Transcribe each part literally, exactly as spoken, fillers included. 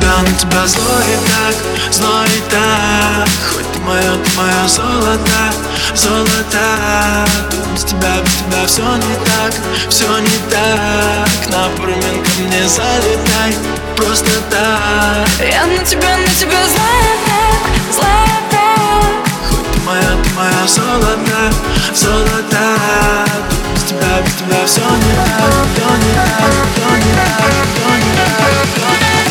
тебя, на тебя злой так, злой так. Хоть ты моя, ты моя золото, золото. Тут без тебя, без тебя все не так, все не так. На проминку мне залетай, просто так. Я на тебя, на тебя злая так, злая так. Хоть ты моя, ты моя золото, золото. Тут без тебя, без тебя все не так, все не так, все не так, все не так, все не так.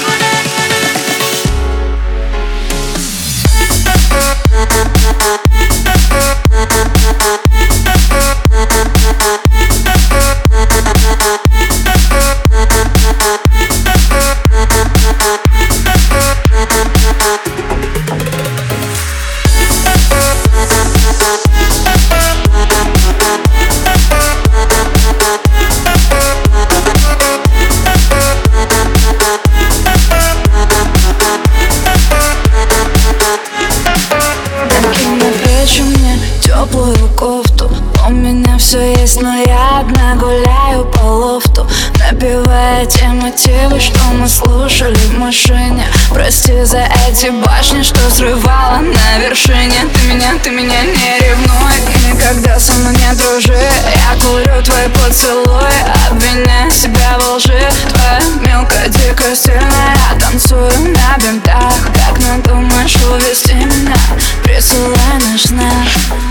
Теплую кофту, у меня все есть, но я одна гуляю по лофту, напевая те мотивы, что мы слушали в машине. Прости за эти башни, что срывала на вершине. Ты меня, ты меня не ревнуй и никогда со мной не дружи. Я курю твои поцелуи, обвиняя себя во лжи. Твоя мелкая, дикая, стильная, я танцую на бинтах. Как надумаешь увести меня, присылай наш знак.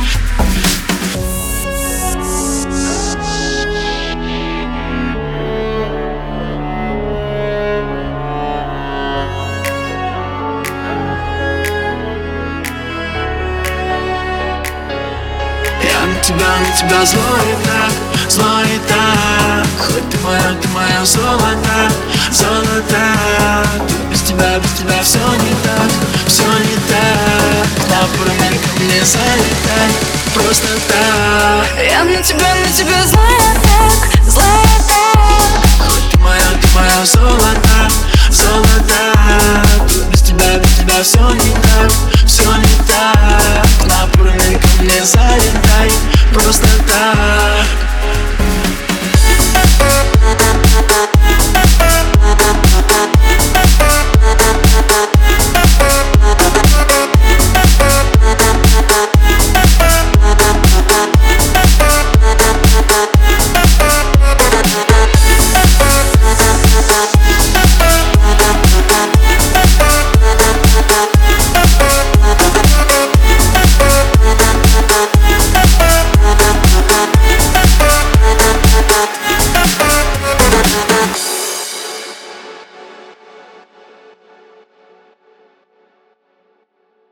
Я на тебя, на тебя злой так, злой так. Хоть ты моя, ты моя золото, золото. Тут без тебя, без тебя все не так, все не так. На проминку мне залетай, просто так. Я на тебя, на тебя злая так, злая так. Хоть ты моя, ты моя золото, золото. Тут без тебя, без тебя все не так.